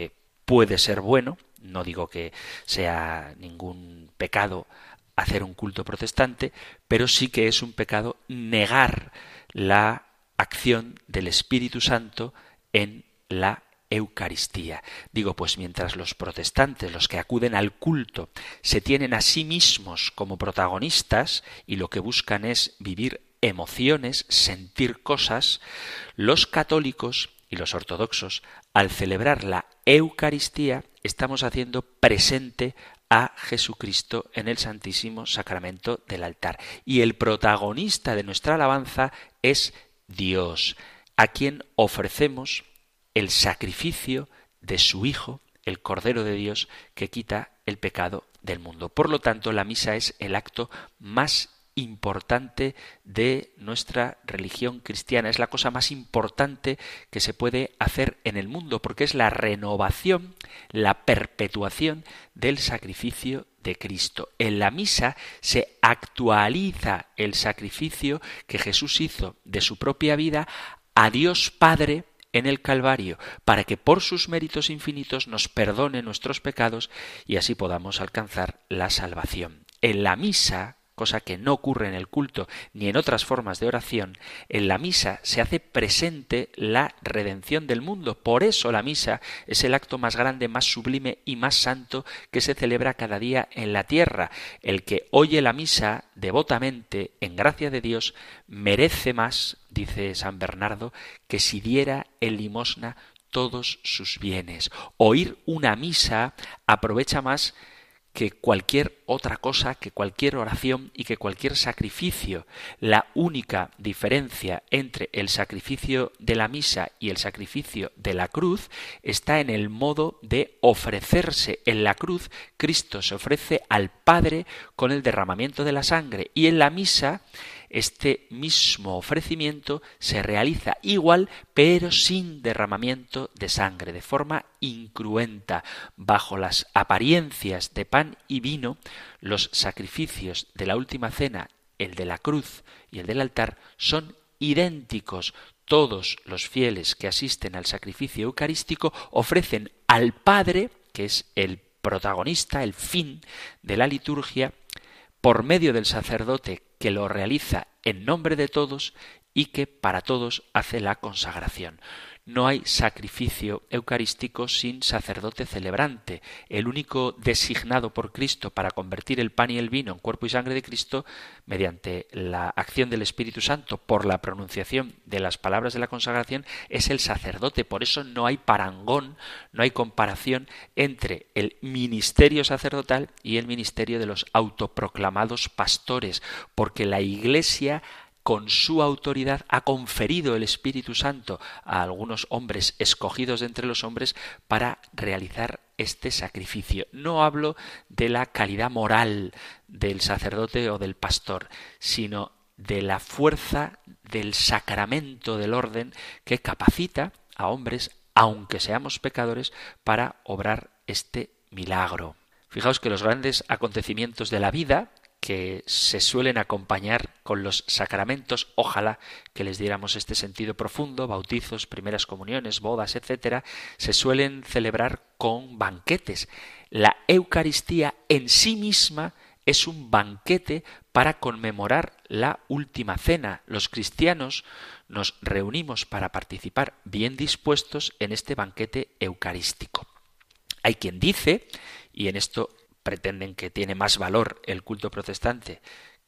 puede ser bueno. No digo que sea ningún pecado hacer un culto protestante, pero sí que es un pecado negar la acción del Espíritu Santo en la Eucaristía. Digo, pues mientras los protestantes, los que acuden al culto, se tienen a sí mismos como protagonistas y lo que buscan es vivir emociones, sentir cosas, los católicos y los ortodoxos, al celebrar la Eucaristía, estamos haciendo presente a Jesucristo en el Santísimo Sacramento del altar. Y el protagonista de nuestra alabanza es Dios, a quien ofrecemos el sacrificio de su Hijo, el Cordero de Dios, que quita el pecado del mundo. Por lo tanto, la misa es el acto más importante de nuestra religión cristiana. Es la cosa más importante que se puede hacer en el mundo, porque es la renovación, la perpetuación del sacrificio de Cristo. En la misa se actualiza el sacrificio que Jesús hizo de su propia vida a Dios Padre en el Calvario, para que por sus méritos infinitos nos perdone nuestros pecados y así podamos alcanzar la salvación. En la misa, cosa que no ocurre en el culto ni en otras formas de oración, en la misa se hace presente la redención del mundo. Por eso la misa es el acto más grande, más sublime y más santo que se celebra cada día en la tierra. El que oye la misa devotamente, en gracia de Dios, merece más, dice San Bernardo, que si diera en limosna todos sus bienes. Oír una misa aprovecha más que cualquier otra cosa, que cualquier oración y que cualquier sacrificio. La única diferencia entre el sacrificio de la misa y el sacrificio de la cruz está en el modo de ofrecerse. En la cruz, Cristo se ofrece al Padre con el derramamiento de la sangre, y en la misa este mismo ofrecimiento se realiza igual, pero sin derramamiento de sangre, de forma incruenta. Bajo las apariencias de pan y vino, los sacrificios de la última cena, el de la cruz y el del altar, son idénticos. Todos los fieles que asisten al sacrificio eucarístico ofrecen al Padre, que es el protagonista, el fin de la liturgia, por medio del sacerdote que lo realiza en nombre de todos y que para todos hace la consagración. No hay sacrificio eucarístico sin sacerdote celebrante. El único designado por Cristo para convertir el pan y el vino en cuerpo y sangre de Cristo, mediante la acción del Espíritu Santo, por la pronunciación de las palabras de la consagración, es el sacerdote. Por eso no hay parangón, no hay comparación entre el ministerio sacerdotal y el ministerio de los autoproclamados pastores, porque la Iglesia, con su autoridad, ha conferido el Espíritu Santo a algunos hombres escogidos de entre los hombres para realizar este sacrificio. No hablo de la calidad moral del sacerdote o del pastor, sino de la fuerza del sacramento del orden que capacita a hombres, aunque seamos pecadores, para obrar este milagro. Fijaos que los grandes acontecimientos de la vida, que se suelen acompañar con los sacramentos, ojalá que les diéramos este sentido profundo, bautizos, primeras comuniones, bodas, etcétera, se suelen celebrar con banquetes. La Eucaristía en sí misma es un banquete para conmemorar la última cena. Los cristianos nos reunimos para participar bien dispuestos en este banquete eucarístico. Hay quien dice, y en esto pretenden que tiene más valor el culto protestante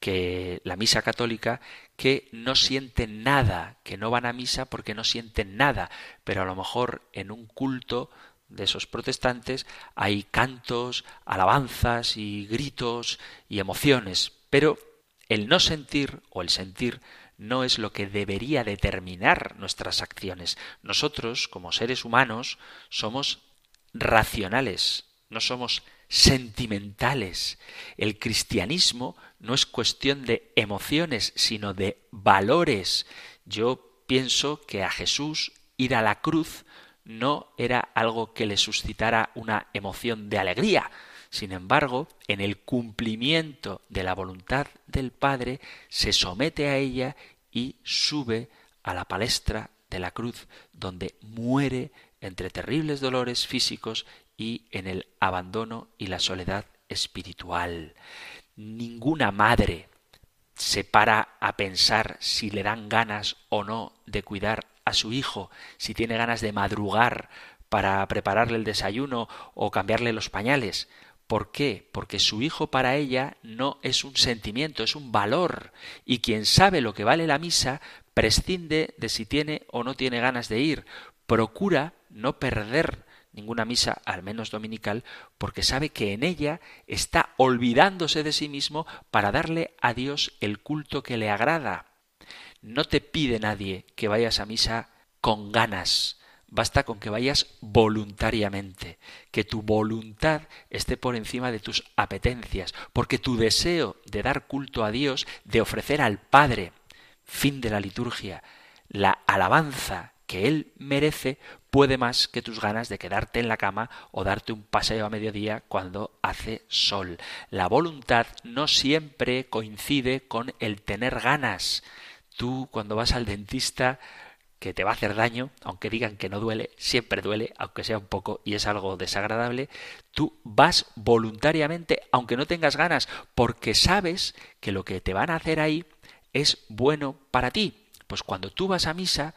que la misa católica, que no sienten nada, que no van a misa porque no sienten nada, pero a lo mejor en un culto de esos protestantes hay cantos, alabanzas y gritos y emociones, pero el no sentir o el sentir no es lo que debería determinar nuestras acciones. Nosotros, como seres humanos, somos racionales, no somos sentimentales. El cristianismo no es cuestión de emociones, sino de valores. Yo pienso que a Jesús ir a la cruz no era algo que le suscitara una emoción de alegría. Sin embargo, en el cumplimiento de la voluntad del Padre, se somete a ella y sube a la palestra de la cruz, donde muere entre terribles dolores físicos y en el abandono y la soledad espiritual. Ninguna madre se para a pensar si le dan ganas o no de cuidar a su hijo, si tiene ganas de madrugar para prepararle el desayuno o cambiarle los pañales. ¿Por qué? Porque su hijo para ella no es un sentimiento, es un valor. Y quien sabe lo que vale la misa prescinde de si tiene o no tiene ganas de ir. Procura no perder ninguna misa, al menos dominical, porque sabe que en ella está olvidándose de sí mismo para darle a Dios el culto que le agrada. No te pide nadie que vayas a misa con ganas. Basta con que vayas voluntariamente, que tu voluntad esté por encima de tus apetencias, porque tu deseo de dar culto a Dios, de ofrecer al Padre, fin de la liturgia, la alabanza que Él merece, puede más que tus ganas de quedarte en la cama o darte un paseo a mediodía cuando hace sol. La voluntad no siempre coincide con el tener ganas. Tú, cuando vas al dentista, que te va a hacer daño, aunque digan que no duele, siempre duele, aunque sea un poco y es algo desagradable, tú vas voluntariamente, aunque no tengas ganas, porque sabes que lo que te van a hacer ahí es bueno para ti. Pues cuando tú vas a misa,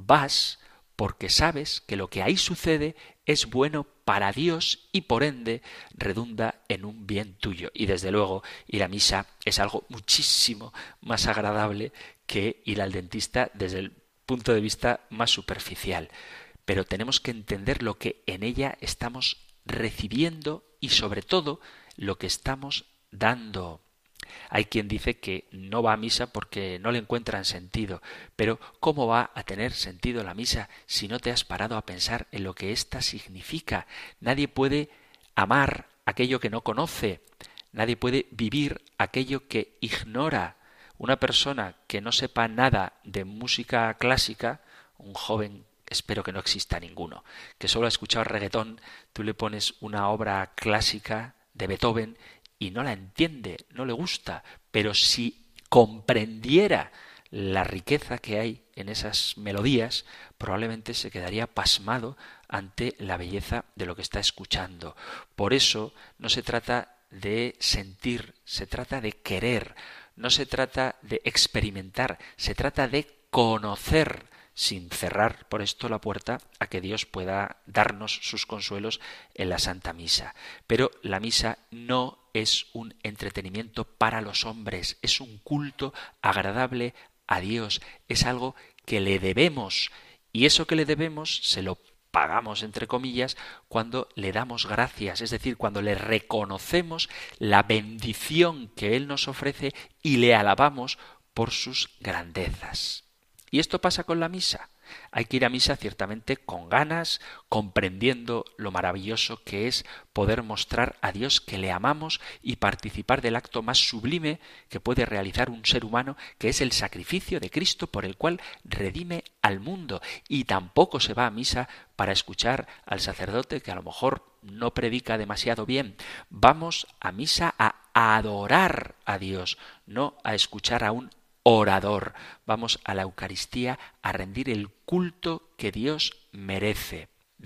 vas porque sabes que lo que ahí sucede es bueno para Dios y por ende redunda en un bien tuyo. Y desde luego ir a misa es algo muchísimo más agradable que ir al dentista desde el punto de vista más superficial. Pero tenemos que entender lo que en ella estamos recibiendo y sobre todo lo que estamos dando. Hay quien dice que no va a misa porque no le encuentran sentido, pero ¿cómo va a tener sentido la misa si no te has parado a pensar en lo que ésta significa? Nadie puede amar aquello que no conoce, nadie puede vivir aquello que ignora. Una persona que no sepa nada de música clásica, un joven, espero que no exista ninguno, que solo ha escuchado reggaetón, tú le pones una obra clásica de Beethoven y no la entiende, no le gusta, pero si comprendiera la riqueza que hay en esas melodías, probablemente se quedaría pasmado ante la belleza de lo que está escuchando. Por eso no se trata de sentir, se trata de querer. No se trata de experimentar, se trata de conocer, sin cerrar por esto la puerta a que Dios pueda darnos sus consuelos en la Santa Misa. Pero la misa no es un entretenimiento para los hombres, es un culto agradable a Dios, es algo que le debemos, y eso que le debemos se lo pagamos, entre comillas, cuando le damos gracias, es decir, cuando le reconocemos la bendición que Él nos ofrece y le alabamos por sus grandezas. ¿Y esto pasa con la misa? Hay que ir a misa ciertamente con ganas, comprendiendo lo maravilloso que es poder mostrar a Dios que le amamos y participar del acto más sublime que puede realizar un ser humano, que es el sacrificio de Cristo por el cual redime al mundo. Y tampoco se va a misa para escuchar al sacerdote que a lo mejor no predica demasiado bien. Vamos a misa a adorar a Dios, no a escuchar a un orador. Vamos a la Eucaristía a rendir el culto que Dios merece.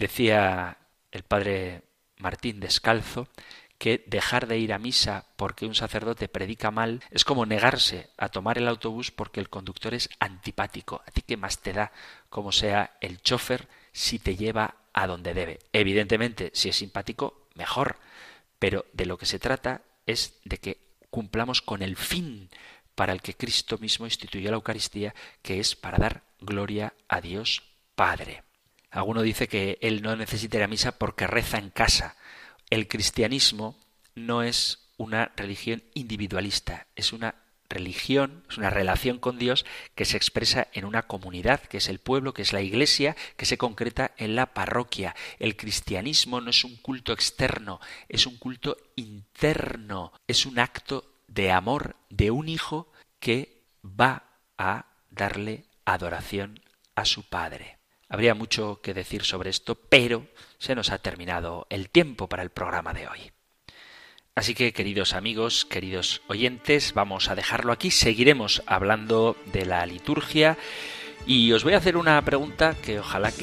Decía el padre Martín Descalzo que dejar de ir a misa porque un sacerdote predica mal es como negarse a tomar el autobús porque el conductor es antipático. ¿A ti qué más te da cómo sea el chofer si te lleva a donde debe? Evidentemente, si es simpático, mejor. Pero de lo que se trata es de que cumplamos con el fin para el que Cristo mismo instituyó la Eucaristía, que es para dar gloria a Dios Padre. Alguno dice que él no necesita ir a misa porque reza en casa. El cristianismo no es una religión individualista, es una religión, es una relación con Dios que se expresa en una comunidad, que es el pueblo, que es la iglesia, que se concreta en la parroquia. El cristianismo no es un culto externo, es un culto interno, es un acto de amor de un hijo que va a darle adoración a su Padre. Habría mucho que decir sobre esto, pero se nos ha terminado el tiempo para el programa de hoy. Así que, queridos amigos, queridos oyentes, vamos a dejarlo aquí. Seguiremos hablando de la liturgia y os voy a hacer una pregunta que ojalá que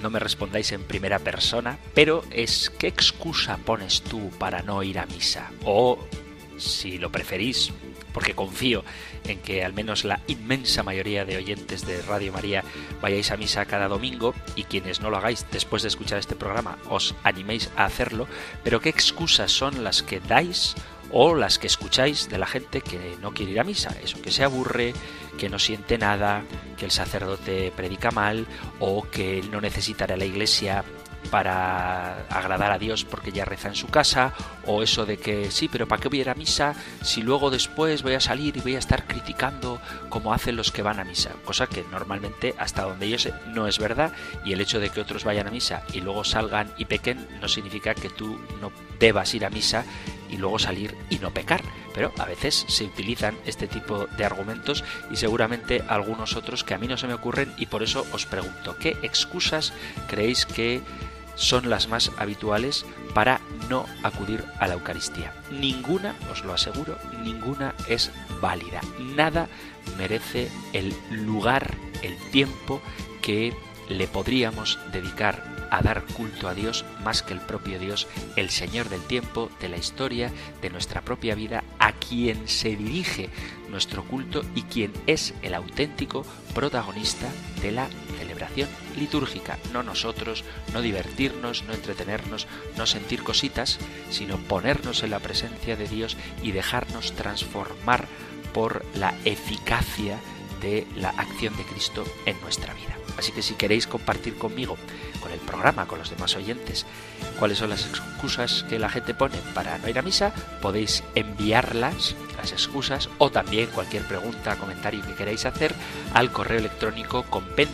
no me respondáis en primera persona, pero es ¿qué excusa pones tú para no ir a misa? O, si lo preferís, porque confío en que al menos la inmensa mayoría de oyentes de Radio María vayáis a misa cada domingo, y quienes no lo hagáis después de escuchar este programa os animéis a hacerlo, pero ¿qué excusas son las que dais o las que escucháis de la gente que no quiere ir a misa? Eso, que se aburre, que no siente nada, que el sacerdote predica mal, o que él no necesitará la iglesia para agradar a Dios porque ya reza en su casa, o eso de que sí, pero ¿para qué voy a ir a misa si luego después voy a salir y voy a estar criticando como hacen los que van a misa? Cosa que normalmente, hasta donde yo sé, no es verdad, y el hecho de que otros vayan a misa y luego salgan y pequen no significa que tú no debas ir a misa y luego salir y no pecar. Pero a veces se utilizan este tipo de argumentos, y seguramente algunos otros que a mí no se me ocurren, y por eso os pregunto, ¿qué excusas creéis que son las más habituales para no acudir a la Eucaristía? Ninguna, os lo aseguro, ninguna es válida. Nada merece el lugar, el tiempo que le podríamos dedicar a dar culto a Dios más que el propio Dios, el Señor del tiempo, de la historia, de nuestra propia vida, a quien se dirige nuestro culto y quien es el auténtico protagonista de la celebración litúrgica. No nosotros, no divertirnos, no entretenernos, no sentir cositas, sino ponernos en la presencia de Dios y dejarnos transformar por la eficacia de la acción de Cristo en nuestra vida. Así que si queréis compartir conmigo, con el programa, con los demás oyentes, cuáles son las excusas que la gente pone para no ir a misa, podéis enviarlas, las excusas, o también cualquier pregunta, comentario que queráis hacer, al correo electrónico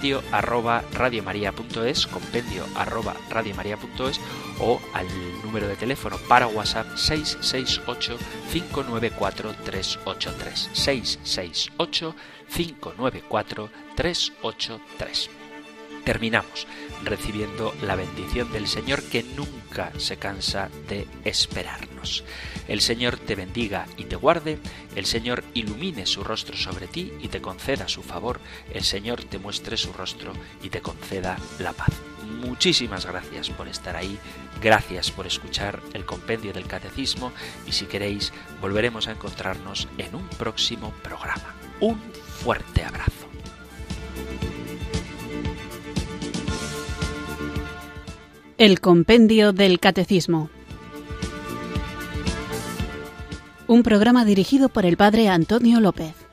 compendio@radiomaria.es, compendio@radiomaria.es, o al número de teléfono para WhatsApp 668-594-383, 668-594-383. Terminamos recibiendo la bendición del Señor, que nunca se cansa de esperarnos. El Señor te bendiga y te guarde, el Señor ilumine su rostro sobre ti y te conceda su favor, el Señor te muestre su rostro y te conceda la paz. Muchísimas gracias por estar ahí, gracias por escuchar el Compendio del Catecismo, y si queréis volveremos a encontrarnos en un próximo programa. Un fuerte abrazo. El Compendio del Catecismo. Un programa dirigido por el Padre Antonio López.